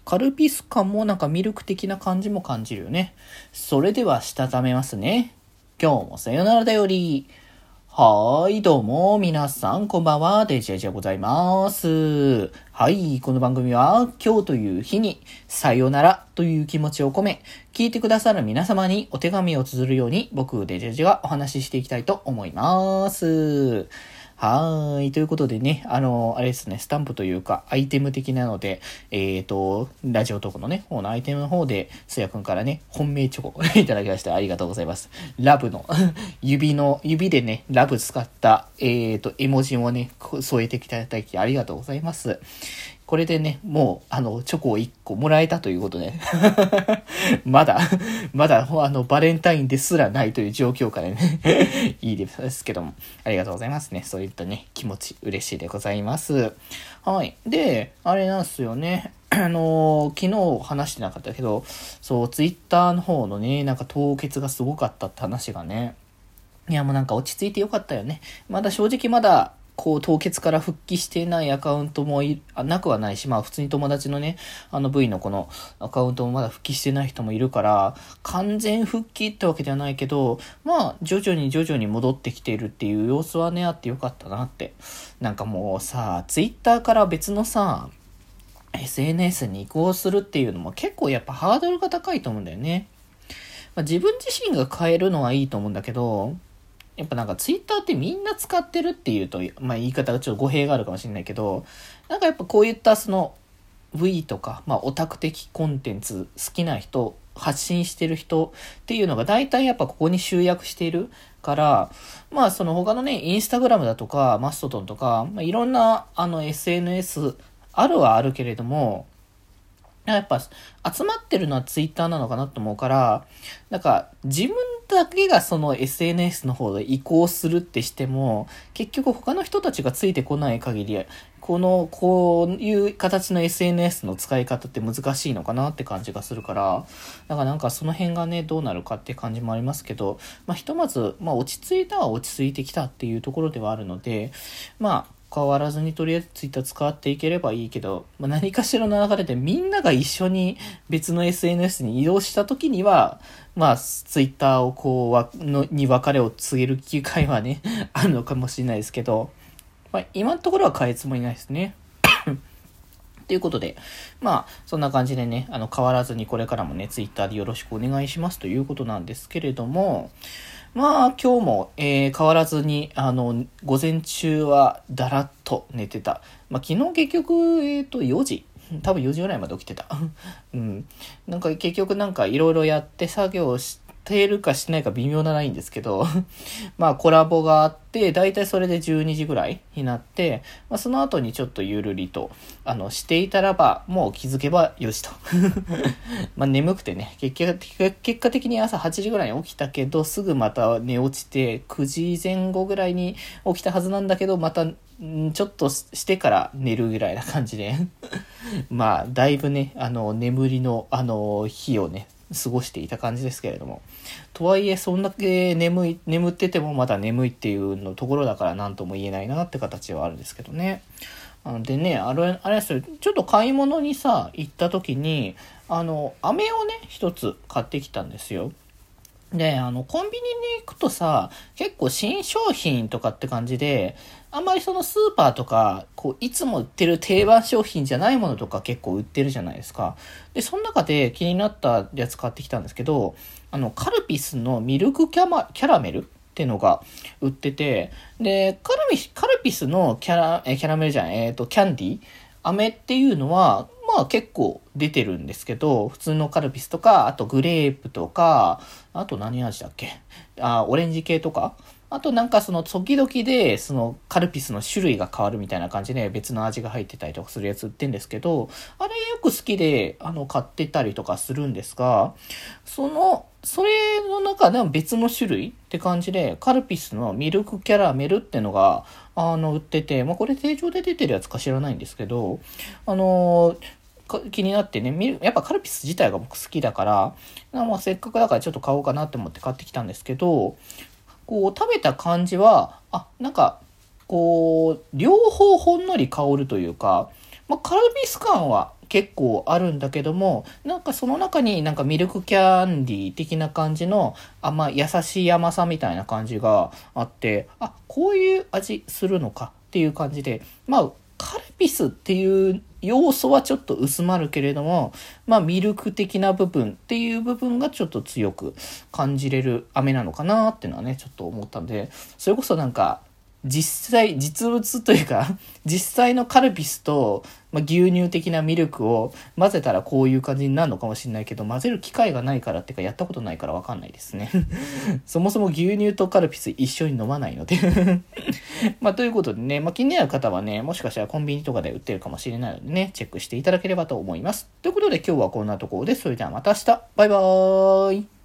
カルピス感もなんかミルク的な感じも感じるよね。それではしたためますね。今日もさよならだより。はい、どうも、皆さん、こんばんは、デジェジでございます。はい、この番組は、今日という日に、さよならという気持ちを込め、聞いてくださる皆様にお手紙を綴るように、僕、デジェジがお話ししていきたいと思います。はい。ということでね、あれですね、スタンプというか、アイテム的なので、ラジオトークのね、方のアイテムの方で、すやくんからね、本命チョコいただきました。ありがとうございます。ラブの、指でね、ラブ使った、絵文字をね、添えていただきありがとうございます。これでね、もう、チョコを1個もらえたということで、まだ、バレンタインですらないという状況からね、いいですけども、ありがとうございますね。そういったね、気持ち、嬉しいでございます。はい。で、あれなんですよね。昨日話してなかったけど、そう、ツイッターの方のね、なんか凍結がすごかったって話がね、いやもうなんか落ち着いてよかったよね。正直凍結から復帰していないアカウントもなくはないし、普通に友達のね、V のこのアカウントもまだ復帰してない人もいるから、完全復帰ってわけではないけど、徐々に戻ってきているっていう様子はね、あってよかったなって。なんかもうさ、ツイッターから別のさ、SNS に移行するっていうのも結構やっぱハードルが高いと思うんだよね。自分自身が変えるのはいいと思うんだけど、やっぱなんかツイッターってみんな使ってるっていうと、言い方がちょっと語弊があるかもしれないけど、なんかやっぱこういったその V とか、オタク的コンテンツ好きな人、発信してる人っていうのが大体やっぱここに集約しているから、その他のね、インスタグラムだとか、マストドンとか、いろんなSNS あるはあるけれども、やっぱ集まってるのはツイッターなのかなと思うから、なんか自分だけがその SNS の方で移行するってしても、結局他の人たちがついてこない限り、こういう形の SNS の使い方って難しいのかなって感じがするから、だからなんかその辺がね、どうなるかって感じもありますけど、ひとまず、落ち着いたは落ち着いてきたっていうところではあるので、変わらずにとりあえずツイッター使っていければいいけど、何かしらの流れでみんなが一緒に別の SNS に移動した時には、ツイッターをに別れを告げる機会はね、あるのかもしれないですけど、今のところは変えつもりないですね。ということで、そんな感じでね、変わらずにこれからもね、ツイッターでよろしくお願いしますということなんですけれども、今日も、変わらずに、午前中はだらっと寝てた。昨日結局、4時。多分4時ぐらいまで起きてた。うん。なんか結局いろいろやって作業してるかしないか微妙なラインですけど、コラボがあって、だいたいそれで12時ぐらいになって、その後にちょっとゆるりと、していたらば、もう気づけば4時と。眠くてね、結果的に朝8時ぐらいに起きたけど、すぐまた寝落ちて、9時前後ぐらいに起きたはずなんだけど、また、ちょっとしてから寝るぐらいな感じで。だいぶね、眠りの、日をね、過ごしていた感じですけれども。とはいえ、そんだけ眠っててもまだ眠いっていうのところだから何とも言えないなって形はあるんですけどね。でね、あれですよ、ちょっと買い物にさ、行った時に、飴をね、一つ買ってきたんですよ。で、コンビニに行くとさ、結構新商品とかって感じで、あんまりそのスーパーとか、いつも売ってる定番商品じゃないものとか結構売ってるじゃないですか。で、その中で気になったやつ買ってきたんですけど、カルピスのミルクキャラメルっていうのが売ってて、で、カルピスのキャラメルじゃない、キャンディー飴っていうのは、結構出てるんですけど、普通のカルピスとか、あとグレープとか、あと何味だっけ？オレンジ系とか、あとその時々でそのカルピスの種類が変わるみたいな感じで別の味が入ってたりとかするやつ売ってんですけど、あれよく好きで買ってたりとかするんですが、それの中でも別の種類って感じでカルピスのミルクキャラメルってのが売ってて、これ定常で出てるやつか知らないんですけど、気になってね、やっぱカルピス自体が僕好きだから、せっかくだからちょっと買おうかなって思って買ってきたんですけど、食べた感じは、両方ほんのり香るというか、カルピス感は結構あるんだけども、なんかその中になんかミルクキャンディー的な感じの優しい甘さみたいな感じがあって、こういう味するのかっていう感じで、カルピスっていう要素はちょっと薄まるけれども、ミルク的な部分っていう部分がちょっと強く感じれる飴なのかなっていうのはね、ちょっと思ったんで、それこそなんか、実物というか、実際のカルピスと、牛乳的なミルクを混ぜたらこういう感じになるのかもしれないけど、混ぜる機会がないからっていうか、やったことないからわかんないですね。そもそも牛乳とカルピス一緒に飲まないので。ということでね、気になる方はね、もしかしたらコンビニとかで売ってるかもしれないのでね、チェックしていただければと思います。ということで今日はこんなところで、それではまた明日。バイバーイ。